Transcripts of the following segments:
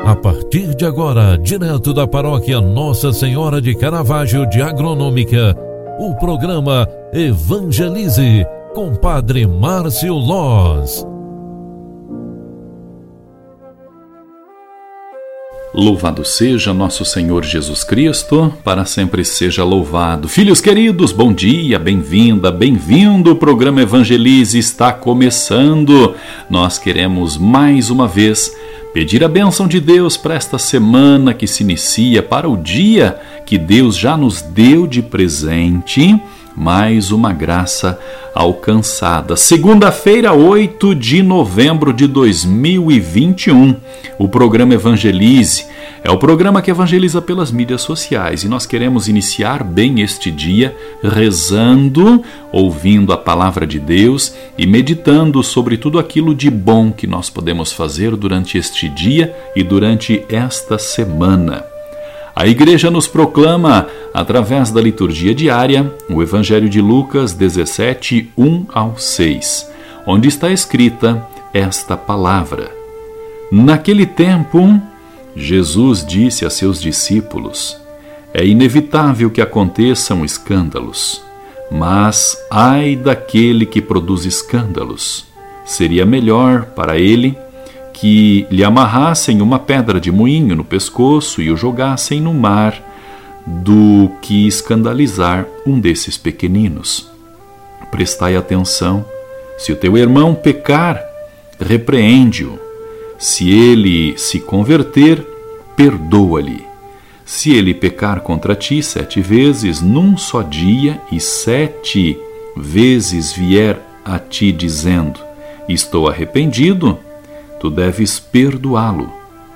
A partir de agora, direto da paróquia Nossa Senhora de Caravaggio de Agronômica, o programa Evangelize com Padre Márcio Loz. Louvado seja nosso Senhor Jesus Cristo, para sempre seja louvado. Filhos queridos, bom dia, bem-vinda, bem-vindo. O programa Evangelize está começando. Nós queremos mais uma vez pedir a bênção de Deus para esta semana que se inicia, para o dia que Deus já nos deu de presente. Mais uma graça alcançada. Segunda-feira, 8 de novembro de 2021. O programa Evangelize é o programa que evangeliza pelas mídias sociais e nós queremos iniciar bem este dia rezando, ouvindo a palavra de Deus e meditando sobre tudo aquilo de bom que nós podemos fazer durante este dia e durante esta semana. A Igreja nos proclama, através da liturgia diária, o Evangelho de Lucas 17, 1 ao 6, onde está escrita esta palavra. Naquele tempo, Jesus disse a seus discípulos: é inevitável que aconteçam escândalos, mas ai daquele que produz escândalos. Seria melhor para ele que lhe amarrassem uma pedra de moinho no pescoço e o jogassem no mar, do que escandalizar um desses pequeninos. Prestai atenção: se o teu irmão pecar, repreende-o. Se ele se converter, perdoa-lhe. Se ele pecar contra ti 7 vezes num só dia e 7 vezes vier a ti dizendo: estou arrependido, tu deves perdoá-lo.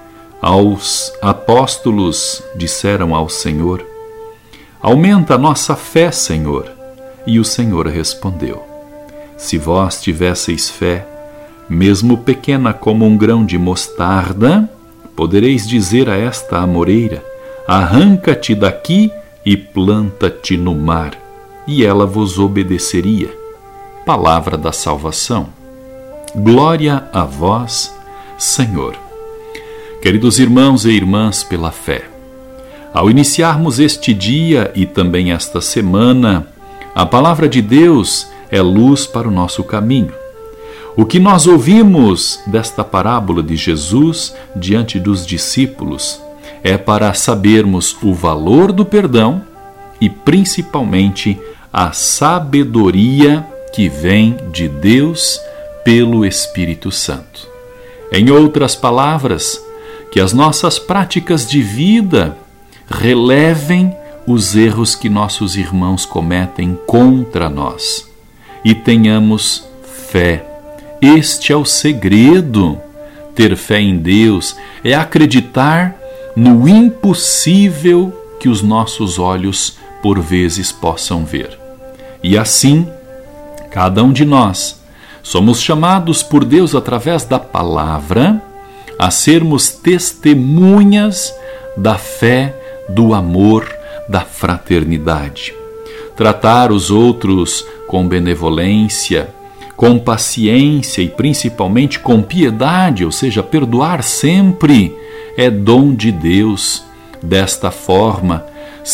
Os apóstolos disseram ao Senhor: aumenta a nossa fé, Senhor. E o Senhor respondeu: se vós tivesseis fé, mesmo pequena como um grão de mostarda, podereis dizer a esta amoreira: arranca-te daqui e planta-te no mar, e ela vos obedeceria. Palavra da salvação. Glória a vós, Senhor. Queridos irmãos e irmãs, pela fé, ao iniciarmos este dia e também esta semana, a palavra de Deus é luz para o nosso caminho. O que nós ouvimos desta parábola de Jesus diante dos discípulos é para sabermos o valor do perdão e principalmente a sabedoria que vem de Deus pelo Espírito Santo. Em outras palavras, que as nossas práticas de vida relevem os erros que nossos irmãos cometem contra nós e tenhamos fé. Este é o segredo. Ter fé em Deus é acreditar no impossível que os nossos olhos por vezes possam ver. E assim, cada um de nós somos chamados por Deus, através da palavra, a sermos testemunhas da fé, do amor, da fraternidade. Tratar os outros com benevolência, com paciência e principalmente com piedade, ou seja, perdoar sempre, é dom de Deus. Desta forma,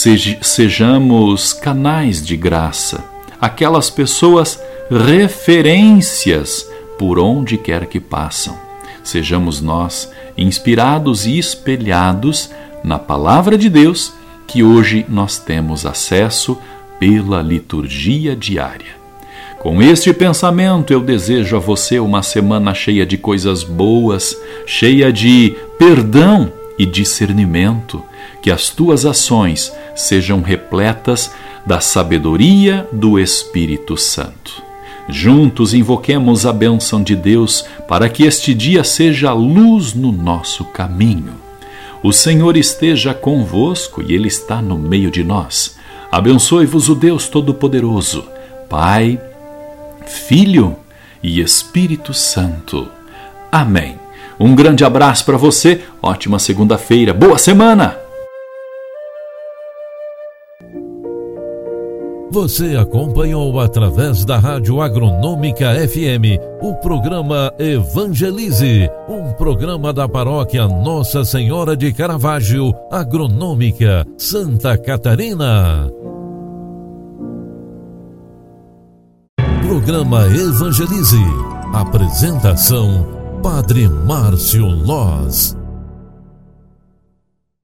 sejamos canais de graça, aquelas pessoas referências por onde quer que passam. Sejamos nós inspirados e espelhados na palavra de Deus que hoje nós temos acesso pela liturgia diária. Com este pensamento, eu desejo a você uma semana cheia de coisas boas, cheia de perdão e discernimento, que as tuas ações sejam repletas da sabedoria do Espírito Santo. Juntos invoquemos a bênção de Deus para que este dia seja luz no nosso caminho. O Senhor esteja convosco e Ele está no meio de nós. Abençoe-vos o Deus Todo-Poderoso, Pai, Filho e Espírito Santo. Amém. Um grande abraço para você, ótima segunda-feira, boa semana! Você acompanhou através da Rádio Agronômica FM o programa Evangelize, um programa da paróquia Nossa Senhora de Caravaggio, Agronômica, Santa Catarina. Programa Evangelize. Apresentação: Padre Márcio Loz.